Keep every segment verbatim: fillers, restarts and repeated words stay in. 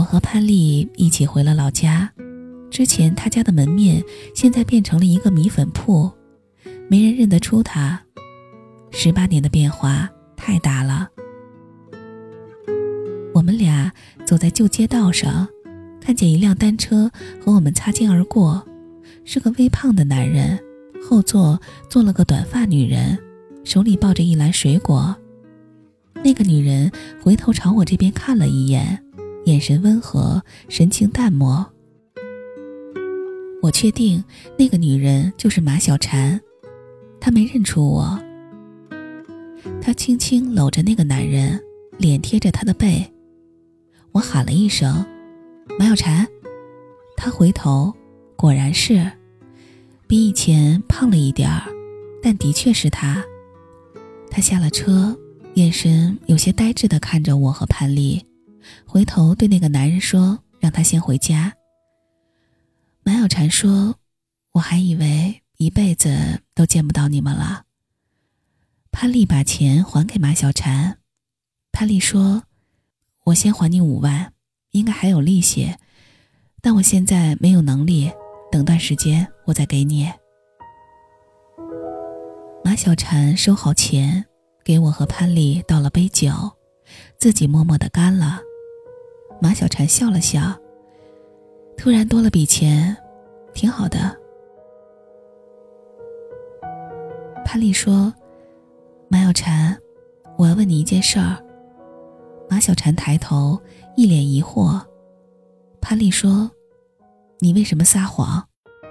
和潘丽一起回了老家，之前他家的门面现在变成了一个米粉铺，没人认得出他。十八年的变化太大了。我们俩走在旧街道上，看见一辆单车和我们擦肩而过，是个微胖的男人，后座坐了个短发女人，手里抱着一篮水果。那个女人回头朝我这边看了一眼，眼神温和，神情淡漠。我确定那个女人就是马小婵，她没认出我。她轻轻搂着那个男人，脸贴着他的背。我喊了一声马小婵，他回头，果然是，比以前胖了一点儿，但的确是他。他下了车，眼神有些呆滞地看着我和潘丽，回头对那个男人说让他先回家。马小婵说，我还以为一辈子都见不到你们了。潘丽把钱还给马小婵，潘丽说，我先还你五万，应该还有利息，但我现在没有能力，等段时间我再给你。马小婵收好钱，给我和潘丽倒了杯酒，自己默默地干了。马小婵笑了笑，突然多了笔钱，挺好的。潘丽说，马小婵，我要问你一件事儿。马小婵抬头，一脸疑惑。潘丽说，你为什么撒谎？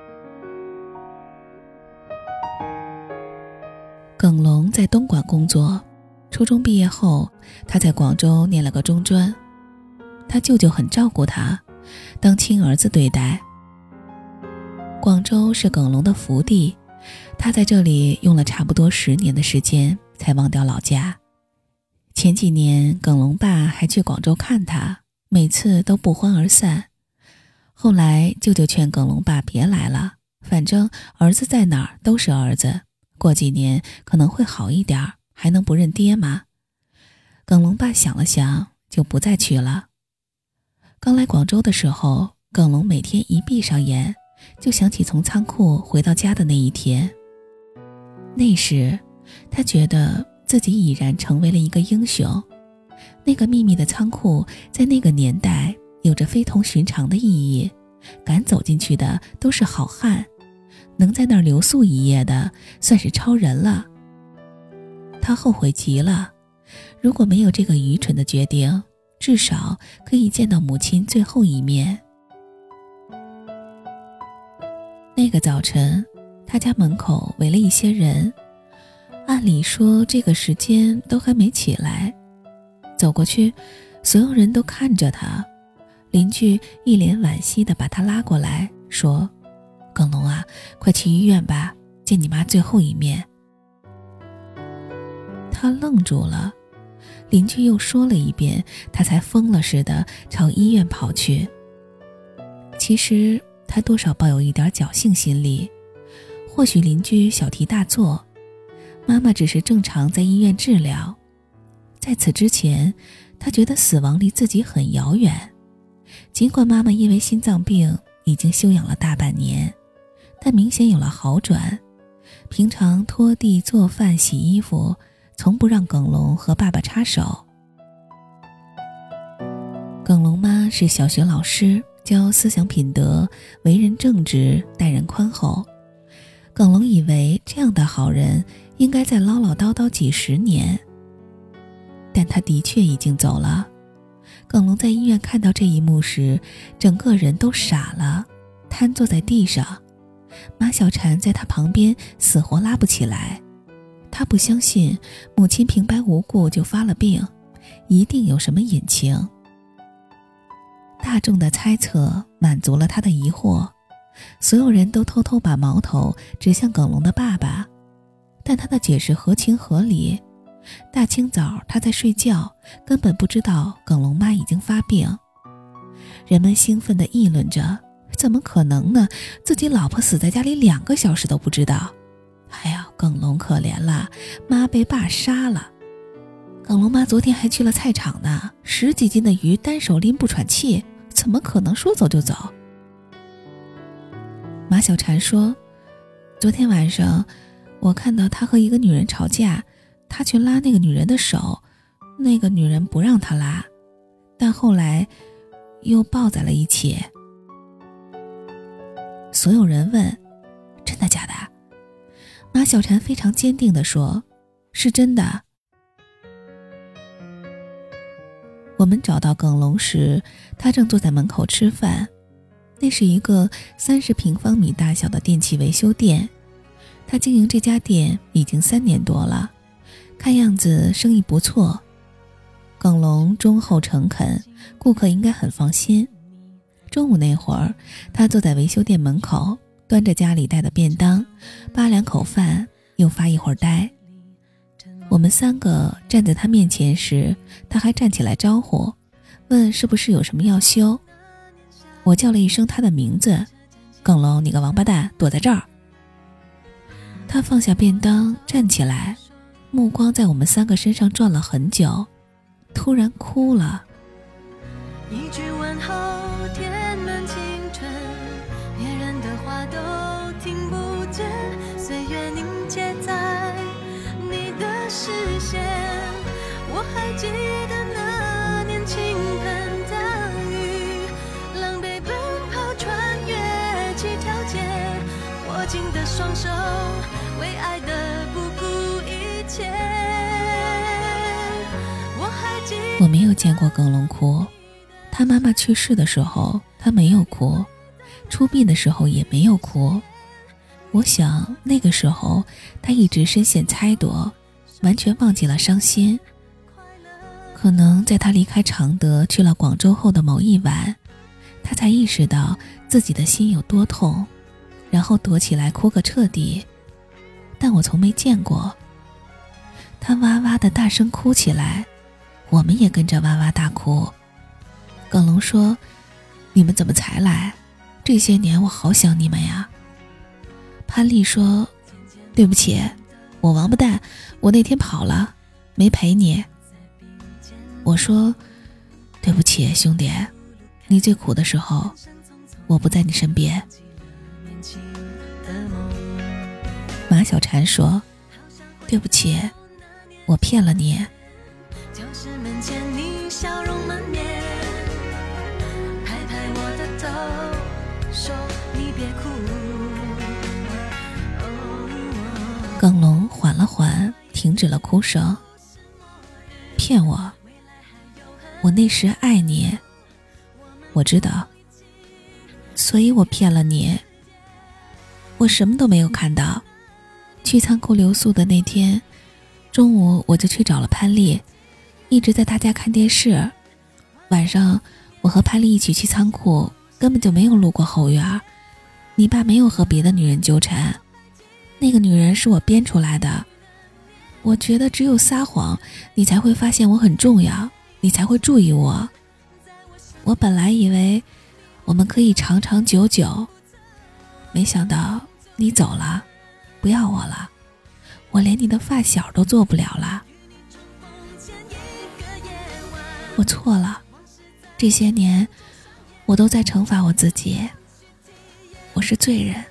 耿龙在东莞工作，初中毕业后，他在广州念了个中专。他舅舅很照顾他，当亲儿子对待。广州是耿龙的福地，他在这里用了差不多十年的时间，才忘掉老家。前几年耿龙爸还去广州看他，每次都不欢而散。后来舅舅劝耿龙爸别来了，反正儿子在哪儿都是儿子，过几年可能会好一点，还能不认爹吗？耿龙爸想了想，就不再去了。刚来广州的时候，耿龙每天一闭上眼，就想起从仓库回到家的那一天。那时他觉得自己已然成为了一个英雄。那个秘密的仓库在那个年代有着非同寻常的意义，敢走进去的都是好汉，能在那儿留宿一夜的算是超人了。他后悔极了，如果没有这个愚蠢的决定，至少可以见到母亲最后一面。那个早晨，他家门口围了一些人，按理说这个时间都还没起来。走过去，所有人都看着他，邻居一脸惋惜地把他拉过来说，耿龙啊，快去医院吧，见你妈最后一面。他愣住了，邻居又说了一遍，他才疯了似的朝医院跑去。其实他多少抱有一点侥幸心理，或许邻居小题大做，妈妈只是正常在医院治疗。在此之前，他觉得死亡离自己很遥远。尽管妈妈因为心脏病已经休养了大半年，但明显有了好转。平常拖地、做饭、洗衣服，从不让耿龙和爸爸插手。耿龙妈是小学老师，教思想品德，为人正直，待人宽厚。耿龙以为这样的好人应该再唠唠叨叨几十年，但他的确已经走了。耿龙在医院看到这一幕时，整个人都傻了，瘫坐在地上。马小婵在他旁边死活拉不起来。他不相信母亲平白无故就发了病，一定有什么隐情。大众的猜测满足了他的疑惑，所有人都偷偷把矛头指向耿龙的爸爸，但他的解释合情合理。大清早他在睡觉，根本不知道耿龙妈已经发病。人们兴奋地议论着，怎么可能呢？自己老婆死在家里两个小时都不知道。哎呀，耿龙可怜了，妈被爸杀了。耿龙妈昨天还去了菜场呢，十几斤的鱼单手拎不喘气， 怎么可能说走就走？马小婵说，昨天晚上我看到他和一个女人吵架，他去拉那个女人的手，那个女人不让他拉，但后来又抱在了一起。所有人问，真的假的？马小婵非常坚定地说，是真的。我们找到耿龙时，他正坐在门口吃饭。那是一个三十平方米大小的电器维修店，他经营这家店已经三年多了，看样子生意不错。耿龙忠厚诚恳，顾客应该很放心。中午那会儿，他坐在维修店门口，端着家里带的便当，扒两口饭，又发一会儿呆。我们三个站在他面前时，他还站起来招呼，问是不是有什么要修。我叫了一声他的名字，耿龙，你个王八蛋，躲在这儿。他放下便当，站起来，目光在我们三个身上转了很久，突然哭了。 一句问候填满青春，别人的话都听不见，岁月凝结在你的视线。我还记得那年倾盆大雨，狼狈奔跑穿越几条街，握紧的双手为爱的不顾一切。我还记得我没有见过耿龙哭，他妈妈去世的时候他没有哭，出殡的时候也没有哭。我想那个时候他一直深陷猜躲，完全忘记了伤心。可能在他离开常德去了广州后的某一晚，他才意识到自己的心有多痛，然后躲起来哭个彻底。但我从没见过他哇哇的大声哭起来，我们也跟着哇哇大哭。耿龙说，你们怎么才来？这些年我好想你们呀。潘丽说，对不起，我王八蛋，我那天跑了，没陪你。我说，对不起兄弟，你最苦的时候我不在你身边。马小婵说，对不起，我骗了你。 教室门前你笑容满面，拍拍我的头说你别哭。 耿龙缓了缓，停止了哭声。骗我？我那时爱你，我知道，所以我骗了你。我什么都没有看到。去仓库留宿的那天中午，我就去找了潘丽，一直在他家看电视。晚上我和潘丽一起去仓库，根本就没有路过后院。你爸没有和别的女人纠缠，那个女人是我编出来的。我觉得只有撒谎，你才会发现我很重要，你才会注意我。我本来以为我们可以长长久久，没想到你走了，不要我了，我连你的发小都做不了了。我错了，这些年我都在惩罚我自己，我是罪人。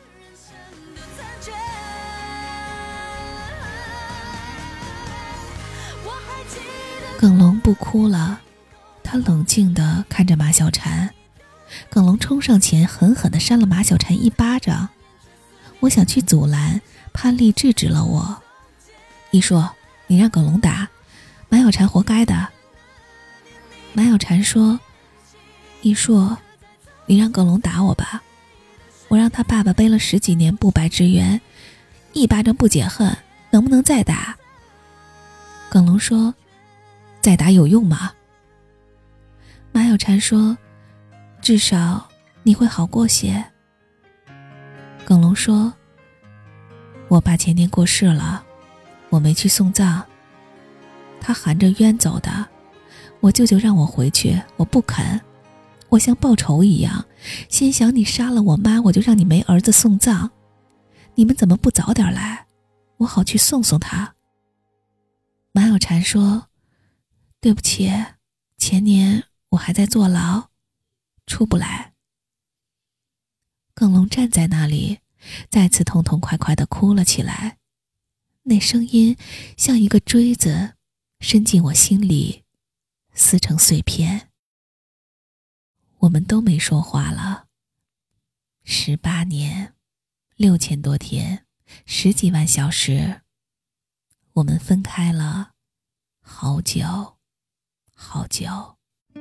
耿龙不哭了，他冷静地看着马小婵。耿龙冲上前狠狠地扇了马小婵一巴掌。我想去阻拦，潘丽制止了我。一说，你让耿龙打，马小婵活该的。马小婵说，一说，你让耿龙打我吧，我让他爸爸背了十几年不白之冤，一巴掌不解恨，能不能再打？耿龙说，再打有用吗？马小婵说，至少你会好过些。耿龙说，我爸前年过世了，我没去送葬，他含着冤走的，我舅舅让我回去，我不肯，我像报仇一样，心想你杀了我妈，我就让你没儿子送葬，你们怎么不早点来，我好去送送他。马小婵说，对不起，前年我还在坐牢， 出不来。耿龙站在那里，再次痛痛快快地哭了起来，那声音像一个锥子伸进我心里，撕成碎片。我们都没说话了。十八年，六千多天，十几万小时，我们分开了好久好久。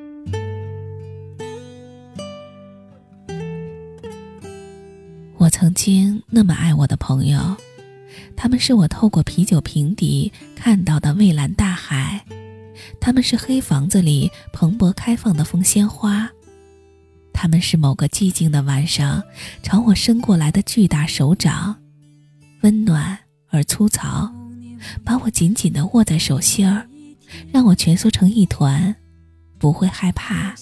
我曾经那么爱我的朋友，他们是我透过啤酒瓶底看到的蔚蓝大海，他们是黑房子里蓬勃开放的凤仙花，他们是某个寂静的晚上朝我伸过来的巨大手掌，温暖而粗糙，把我紧紧地握在手心儿，让我蜷缩成一团，不会害怕。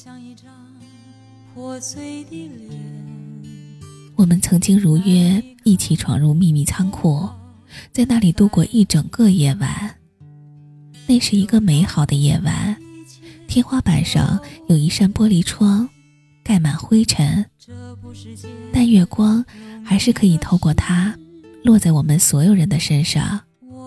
我们曾经如约一起闯入秘密仓库，在那里度过一整个夜晚。那是一个美好的夜晚，天花板上有一扇玻璃窗，盖满灰尘，但月光还是可以透过它落在我们所有人的身上。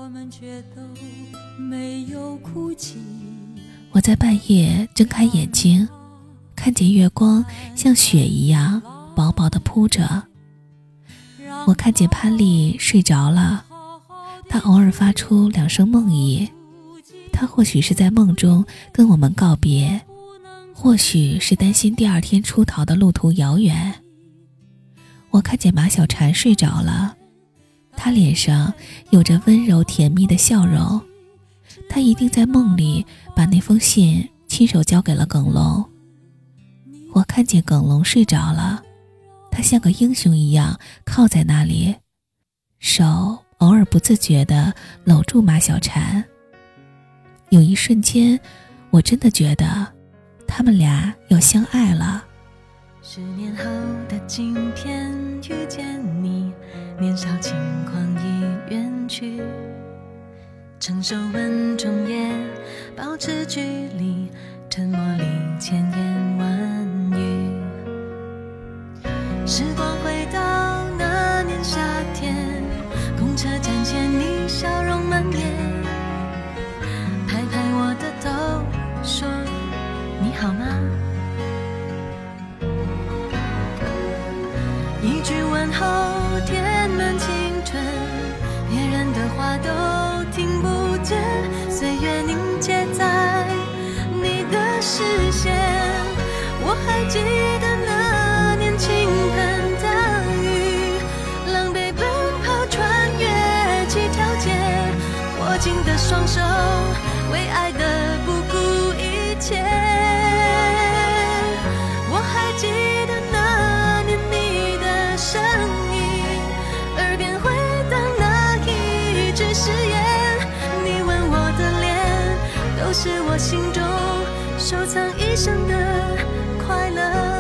我在半夜睁开眼睛，看见月光像雪一样薄薄地铺着。我看见潘丽睡着了，她偶尔发出两声梦呓，她或许是在梦中跟我们告别，或许是担心第二天出逃的路途遥远。我看见马小婵睡着了，她脸上有着温柔甜蜜的笑容，她一定在梦里把那封信亲手交给了耿龙。我看见耿龙睡着了，他像个英雄一样靠在那里，手偶尔不自觉地搂住马小婵。有一瞬间，我真的觉得他们俩要相爱了。 十年后的今天遇见你，年少轻狂已远去，承受稳重也保持距离，沉默里千言万语。时光回到那年夏天，公车站前你笑容满面，拍拍我的头说你好吗？一句问候填满青春，别人的话都听不见，岁月凝结在你的视线。我还记得那年倾盆大雨，狼狈奔跑穿越几条街，握紧的双手为爱的不顾一切。我还记得那年你的声音，耳边回荡那一句誓言，你吻我的脸，都是我心中收藏一生的快乐。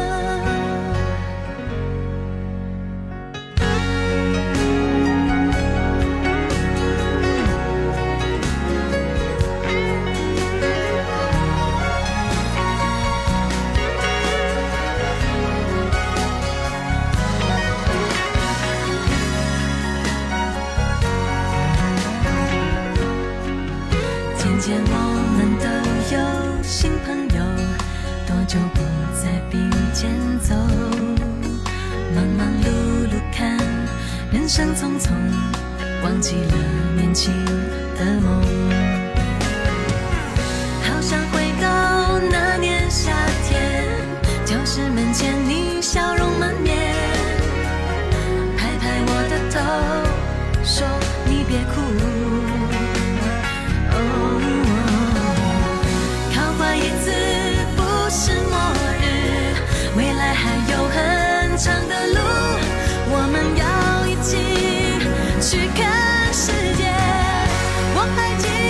渐渐我们都有新朋友，多久不再并肩走，忙忙碌碌看人生匆匆，忘记了年轻的梦。好想回到那年夏天，教室门前你笑容满面，拍拍我的头说你别哭，未来还有很长的路，我们要一起去看世界。我还记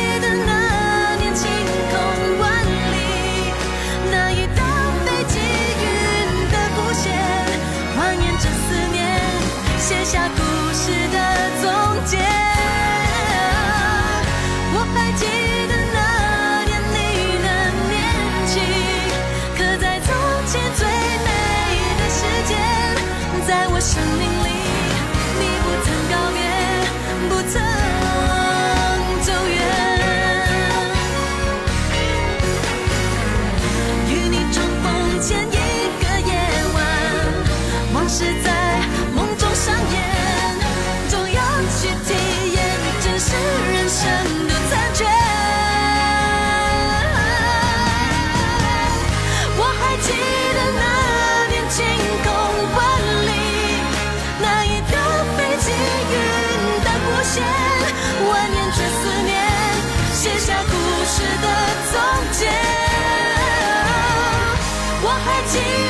心。